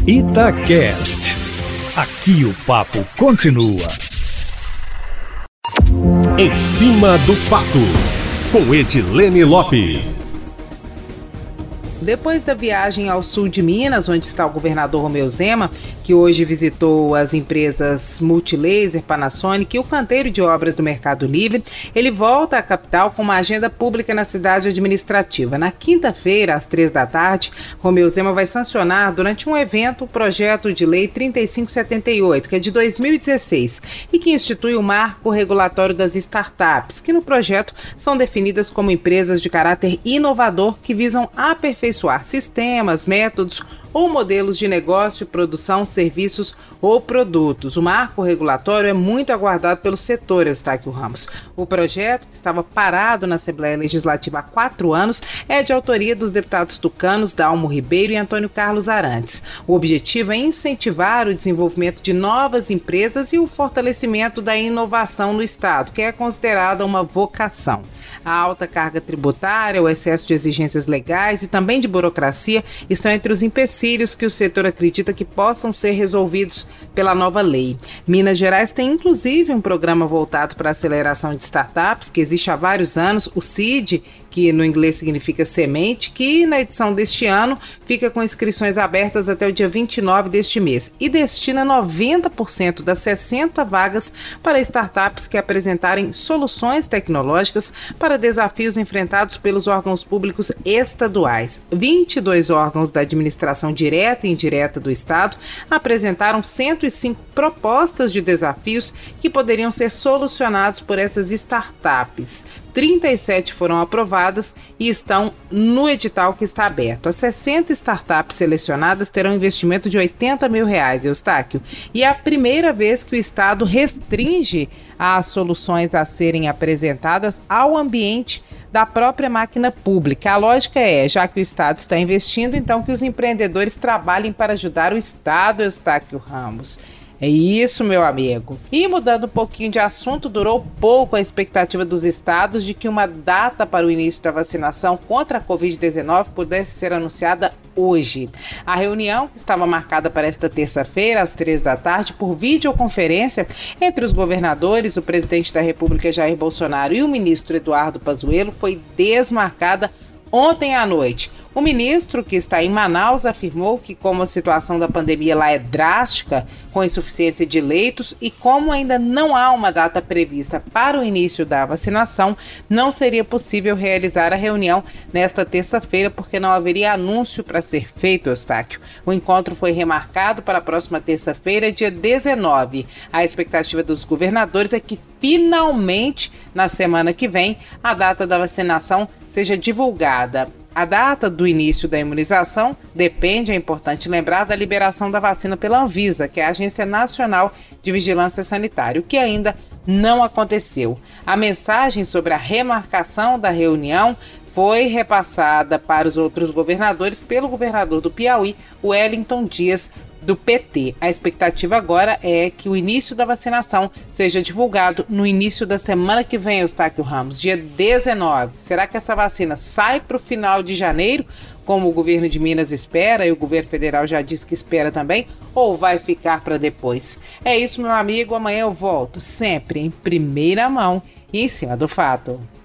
Itacast. Aqui o papo continua. Em cima do papo, com Edilene Lopes. Depois da viagem ao sul de Minas, onde está o governador Romeu Zema, que hoje visitou as empresas Multilaser, Panasonic e o canteiro de obras do Mercado Livre, ele volta à capital com uma agenda pública na cidade administrativa. Na quinta-feira, às 15h, Romeu Zema vai sancionar, durante um evento, o projeto de lei 3578, que é de 2016, e que institui o marco regulatório das startups, que no projeto são definidas como empresas de caráter inovador que visam aperfeiçoar sistemas, métodos ou modelos de negócio, produção, serviços ou produtos. O marco regulatório é muito aguardado pelo setor, Eustáquio Ramos. O projeto, que estava parado na Assembleia Legislativa há 4 anos, é de autoria dos deputados tucanos Dalmo Ribeiro e Antônio Carlos Arantes. O objetivo é incentivar o desenvolvimento de novas empresas e o fortalecimento da inovação no Estado, que é considerada uma vocação. A alta carga tributária, o excesso de exigências legais e também de burocracia estão entre os empecilhos que o setor acredita que possam ser resolvidos pela nova lei. Minas Gerais tem inclusive um programa voltado para a aceleração de startups, que existe há vários anos, o CID, que no inglês significa semente, que na edição deste ano fica com inscrições abertas até o dia 29 deste mês e destina 90% das 60 vagas para startups que apresentarem soluções tecnológicas para desafios enfrentados pelos órgãos públicos estaduais. 22 órgãos da administração direta e indireta do Estado apresentaram 105 propostas de desafios que poderiam ser solucionados por essas startups. 37 foram aprovadas e estão no edital que está aberto. As 60 startups selecionadas terão um investimento de R$80 mil, Eustáquio. E é a primeira vez que o Estado restringe as soluções a serem apresentadas ao ambiente da própria máquina pública. A lógica é, já que o Estado está investindo, então que os empreendedores trabalhem para ajudar o Estado, Eustáquio Ramos. É isso, meu amigo. E mudando um pouquinho de assunto, durou pouco a expectativa dos estados de que uma data para o início da vacinação contra a Covid-19 pudesse ser anunciada hoje. A reunião, que estava marcada para esta terça-feira, às 15h, por videoconferência entre os governadores, o presidente da República Jair Bolsonaro e o ministro Eduardo Pazuello, foi desmarcada ontem à noite. O ministro, que está em Manaus, afirmou que, como a situação da pandemia lá é drástica, com insuficiência de leitos e como ainda não há uma data prevista para o início da vacinação, não seria possível realizar a reunião nesta terça-feira, porque não haveria anúncio para ser feito, Eustáquio. O encontro foi remarcado para a próxima terça-feira, dia 19. A expectativa dos governadores é que, finalmente, na semana que vem, a data da vacinação seja divulgada. A data do início da imunização depende, é importante lembrar, da liberação da vacina pela Anvisa, que é a Agência Nacional de Vigilância Sanitária, o que ainda não aconteceu. A mensagem sobre a remarcação da reunião foi repassada para os outros governadores pelo governador do Piauí, Wellington Dias, do PT. A expectativa agora é que o início da vacinação seja divulgado no início da semana que vem, Eustáquio Ramos, dia 19. Será que essa vacina sai para o final de janeiro, como o governo de Minas espera e o governo federal já disse que espera também, ou vai ficar para depois? É isso, meu amigo. Amanhã eu volto, sempre em primeira mão e em cima do fato.